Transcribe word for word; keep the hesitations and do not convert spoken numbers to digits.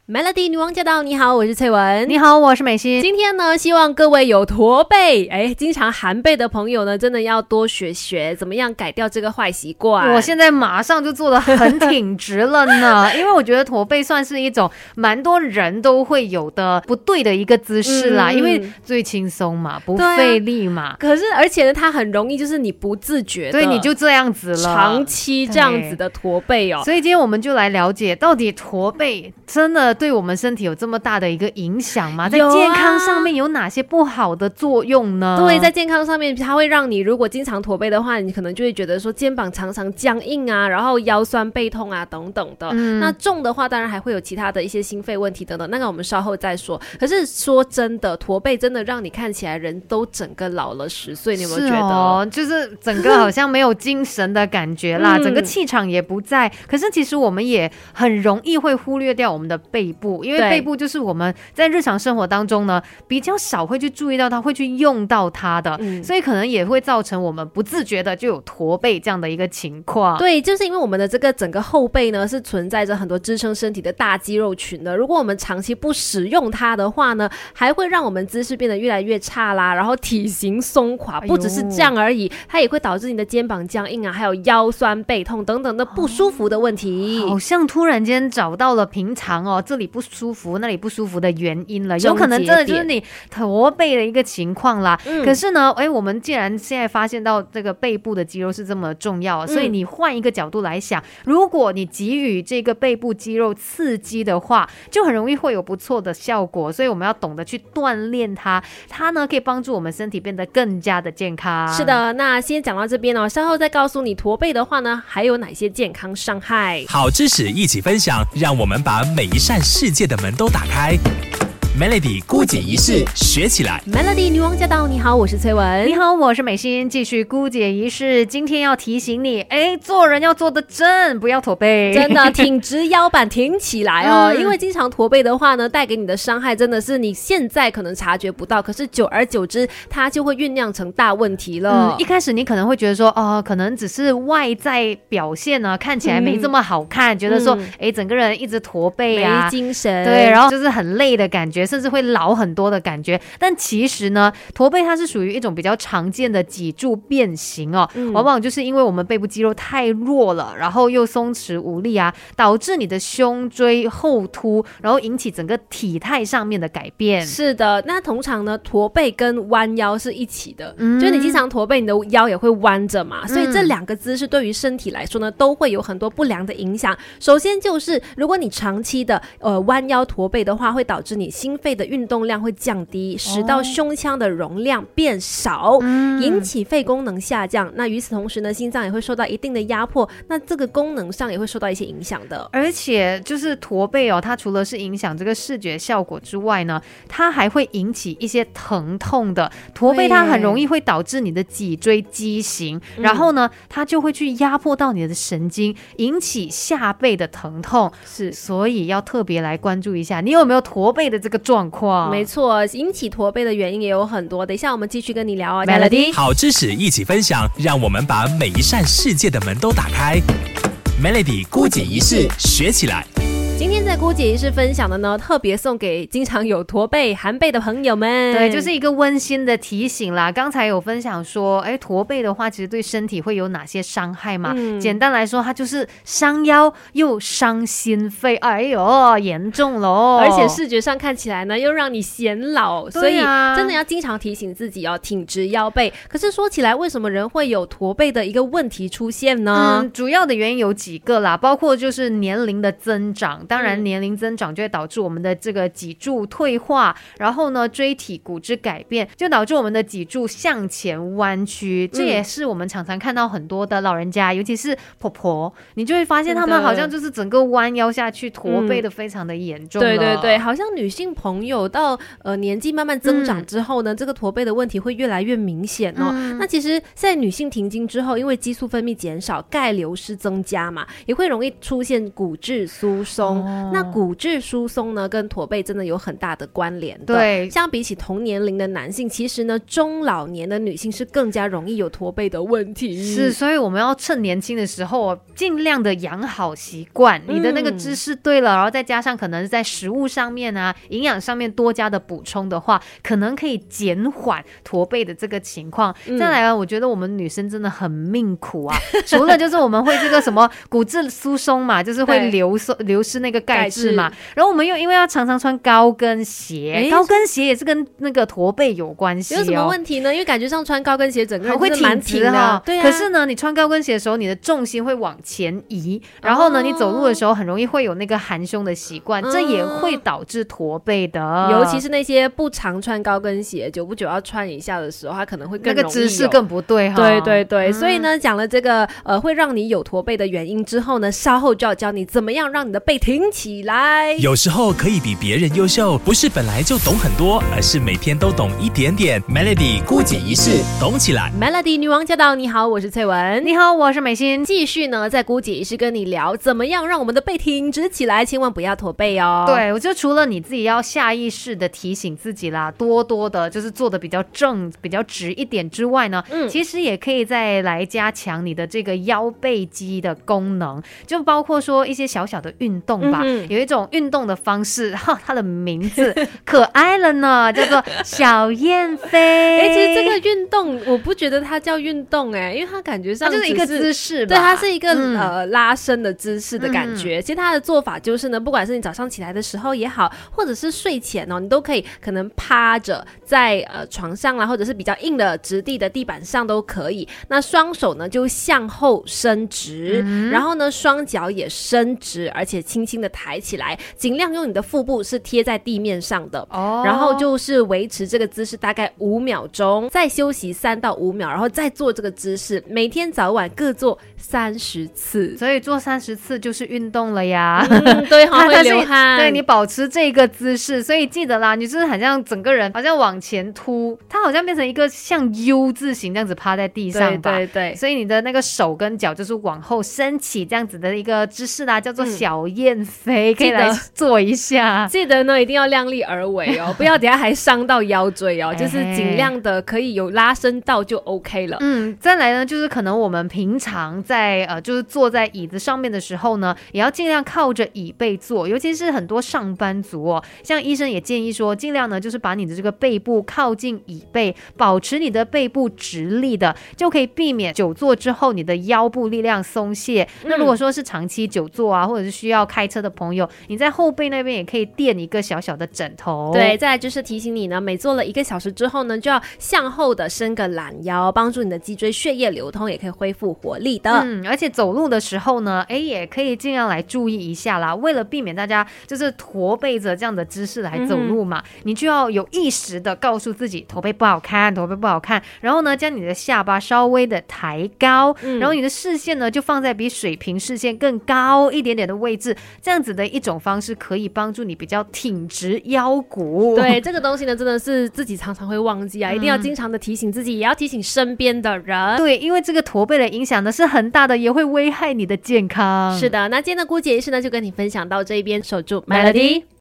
Melody 女王驾到！你好，我是翠文。 你好，我是美心。 今天呢，希望各位有驼背，哎，经常寒背的朋友呢，真的要多学学怎么样改掉这个坏习惯。 我现在马上就做得很挺直了呢，因为我觉得驼背算是一种蛮多人都会有的不对的一个姿势啦，嗯、因为最轻松嘛，不费力嘛。啊、 可是而且呢，它很容易就是你不自觉的， 对，你就这样子了， 长期这样子的驼背哦。 所以今天我们就来了解，到底驼背真的对我们身体有这么大的一个影响吗？在健康上面有哪些不好的作用呢？ 对，在健康上面它会让你如果经常驼背的话，你可能就会觉得说肩膀常常僵硬啊，然后腰酸背痛啊等等的、嗯、那重的话当然还会有其他的一些心肺问题等等，那个我们稍后再说。可是说真的，驼背真的让你看起来人都整个老了十岁，你有没有觉得？是哦，就是整个好像没有精神的感觉啦、嗯、整个气场也不在。可是其实我们也很容易会忽略掉我们的背部，因为背部就是我们在日常生活当中呢比较少会去注意到它，会去用到它的、嗯、所以可能也会造成我们不自觉的就有驼背这样的一个情况。 对，就是因为我们的这个整个后背呢是存在着很多支撑身体的大肌肉群的，如果我们长期不使用它的话呢，还会让我们姿势变得越来越差啦，然后体型松垮，不只是这样而已，它也会导致你的肩膀僵硬啊，还有腰酸背痛等等的不舒服的问题、 哦、好像突然间找到了平常哦这里不舒服那里不舒服的原因了，有可能真的就是你驼背的一个情况啦、嗯、可是呢诶我们既然现在发现到这个背部的肌肉是这么重要、嗯、所以你换一个角度来想，如果你给予这个背部肌肉刺激的话，就很容易会有不错的效果，所以我们要懂得去锻炼它，它呢可以帮助我们身体变得更加的健康。 是的，那先讲到这边哦，稍后再告诉你驼背的话呢还有哪些健康伤害。 好知识一起分享，让我们把每一扇世界的门都打开。Melody 姑姐仪式学起来。 Melody 女王驾到！你好，我是翠文。 你好，我是美心。继续姑姐仪式，今天要提醒你，哎，做人要做得正，不要驼背， 真的挺直腰板，挺起来哦、嗯、因为经常驼背的话呢，带给你的伤害真的是你现在可能察觉不到，可是久而久之它就会酝酿成大问题了、 嗯、一开始你可能会觉得说哦、呃，可能只是外在表现呢看起来没这么好看、嗯、觉得说哎、嗯，整个人一直驼背啊， 没精神， 对，然后就是很累的感觉，甚至会老很多的感觉。但其实呢，驼背它是属于一种比较常见的脊柱变形哦、嗯、往往就是因为我们背部肌肉太弱了，然后又松弛无力啊，导致你的胸椎后凸，然后引起整个体态上面的改变。 是的，那通常呢驼背跟弯腰是一起的、嗯、就是你经常驼背，你的腰也会弯着嘛、嗯、所以这两个姿势对于身体来说呢都会有很多不良的影响。首先就是如果你长期的呃弯腰驼背的话，会导致你心肺的运动量会降低，使到胸腔的容量变少、嗯、引起肺功能下降。那与此同时呢，心脏也会受到一定的压迫，那这个功能上也会受到一些影响的。 而且就是驼背哦，它除了是影响这个视觉效果之外呢，它还会引起一些疼痛的。驼背它很容易会导致你的脊椎畸形，然后呢它就会去压迫到你的神经，引起下背的疼痛。 是， 所以要特别来关注一下你有没有驼背的这个状况。 没错，引起驼背的原因也有很多，等一下我们继续跟你聊哦。 Melody 好知识一起分享，让我们把每一扇世界的门都打开。 Melody 姑姐仪式学起来。 今天在姑姐仪式分享的呢，特别送给经常有驼背寒背的朋友们。 对，就是一个温馨的提醒啦。刚才有分享说哎，驼背的话其实对身体会有哪些伤害嘛、嗯、简单来说它就是伤腰又伤心肺，哎呦严重了， 而且视觉上看起来呢又让你显老、啊、所以真的要经常提醒自己要挺直腰背。可是说起来，为什么人会有驼背的一个问题出现呢？ 嗯，主要的原因有几个啦，包括就是年龄的增长，当然年龄增长就会导致我们的这个脊柱退化，然后呢椎体骨质改变，就导致我们的脊柱向前弯曲、嗯、这也是我们常常看到很多的老人家，尤其是婆婆，你就会发现他们好像就是整个弯腰下去，驼背的非常的严重了、 嗯、对对对，好像女性朋友到呃年纪慢慢增长之后呢、嗯、这个驼背的问题会越来越明显哦、嗯、那其实在女性停经之后，因为激素分泌减少，钙流失增加嘛，也会容易出现骨质疏松、 松、哦、那骨质疏松呢跟驼背真的有很大的关联的。 对， 相比起同年龄的男性，其实呢中老年的女性是更加容易有驼背的问题。 是，所以我们要趁年轻的时候尽量的养好习惯、嗯、你的那个姿势对了，然后再加上可能在食物上面啊营养上面多加的补充的话，可能可以减缓驼背的这个情况、嗯、再来啊，我觉得我们女生真的很命苦啊除了就是我们会这个什么骨质疏松嘛，就是会流流失那个钙质嘛，然后我们又因为要常常穿高跟鞋，高跟鞋也是跟那个驼背有关系、哦、 有什么问题呢？因为感觉上穿高跟鞋整个人会挺直的、哦、 对、啊、 可是呢你穿高跟鞋的时候你的重心会往前移，然后呢、哦、你走路的时候很容易会有那个含胸的习惯、嗯、这也会导致驼背的。 尤其是那些不常穿高跟鞋久不久要穿一下的时候，它可能会更容易有那个姿势更不对哈。 对对对、嗯、所以呢讲了这个呃会让你有驼背的原因之后呢，稍后就要教你怎么样让你的背挺起来。 有时候可以比别人优秀，不是本来就懂很多，而是每天都懂一点点。 Melody 姑姐一世懂起来。 Melody 女王驾到，你好，我是翠文。 你好，我是美心。 继续呢在姑姐一世跟你聊怎么样让我们的背挺直起来，千万不要驼背哦。 对，我觉得除了你自己要下意识的提醒自己啦，多多的就是做的比较正比较直一点之外呢、嗯、其实也可以再来加强你的这个腰背肌的功能，就包括说一些小小的运动吧、嗯、有一种运动的方式哈，它的名字可爱了呢叫做小燕飞。 哎、欸，其实这个运动我不觉得它叫运动哎、欸，因为它感觉上它就是一个姿势吧。 对，它是一个、嗯、呃拉伸的姿势的感觉、嗯、其实它的做法就是呢，不管是你早上起来的时候也好，或者是睡前哦，你都可以可能趴着在呃床上啦，或者是比较硬的直地的地板上都可以。那双手呢就向后伸直、嗯、然后呢双脚也伸直，而且轻轻的抬起来，尽量用你的腹部是贴在地面上的、哦、然后就是维持这个姿势大概五秒钟，再休息三到五秒，然后再做这个姿势，每天早晚各做三十次。 所以做三十次就是运动了呀、 嗯、对，好会流汗。 对，你保持这个姿势，所以记得啦，你就是好像整个人好像往前凸，它好像变成一个像 U 字形这样子趴在地上吧。 对对对， 所以你的那个手跟脚就是往后伸起这样子的一个姿势啦，叫做小燕飞、嗯、可以来做一下。 记得呢一定要量力而为哦，不要等下还伤到腰椎哦就是尽量的可以有拉伸到就 OK 了。 嗯，再来呢就是可能我们平常在呃就是坐在椅子上面的时候呢，也要尽量靠着椅背坐，尤其是很多上班族哦，像医生也建议说尽量呢就是把你的这个背部靠近椅背，保持你的背部直立的，就可以避免久坐之后你的腰部力量松懈、嗯、那如果说是长期久坐啊，或者是需要开车的朋友，你在后背那边也可以垫一个小小的枕头。 对，再来就是提醒你呢，每坐了一个小时之后呢，就要向后的伸个懒腰，帮助你的脊椎血液流通，也可以恢复活力的。 嗯，而且走路的时候呢，哎，也可以尽量来注意一下啦，为了避免大家就是驼背着这样的姿势来走路嘛、嗯、你就要有意识的告诉自己驼背不好看，驼背不好看，然后呢将你的下巴稍微的抬高、嗯、然后你的视线呢就放在比水平视线更高一点点的位置，这样子的一种方式可以帮助你比较挺直腰骨。 对，这个东西呢真的是自己常常会忘记啊、嗯、一定要经常的提醒自己，也要提醒身边的人。 对，因为这个驼背的影响呢是很大的，也会危害你的健康。 是的，那今天的姑姐仪式呢就跟你分享到这边，守住 Melody。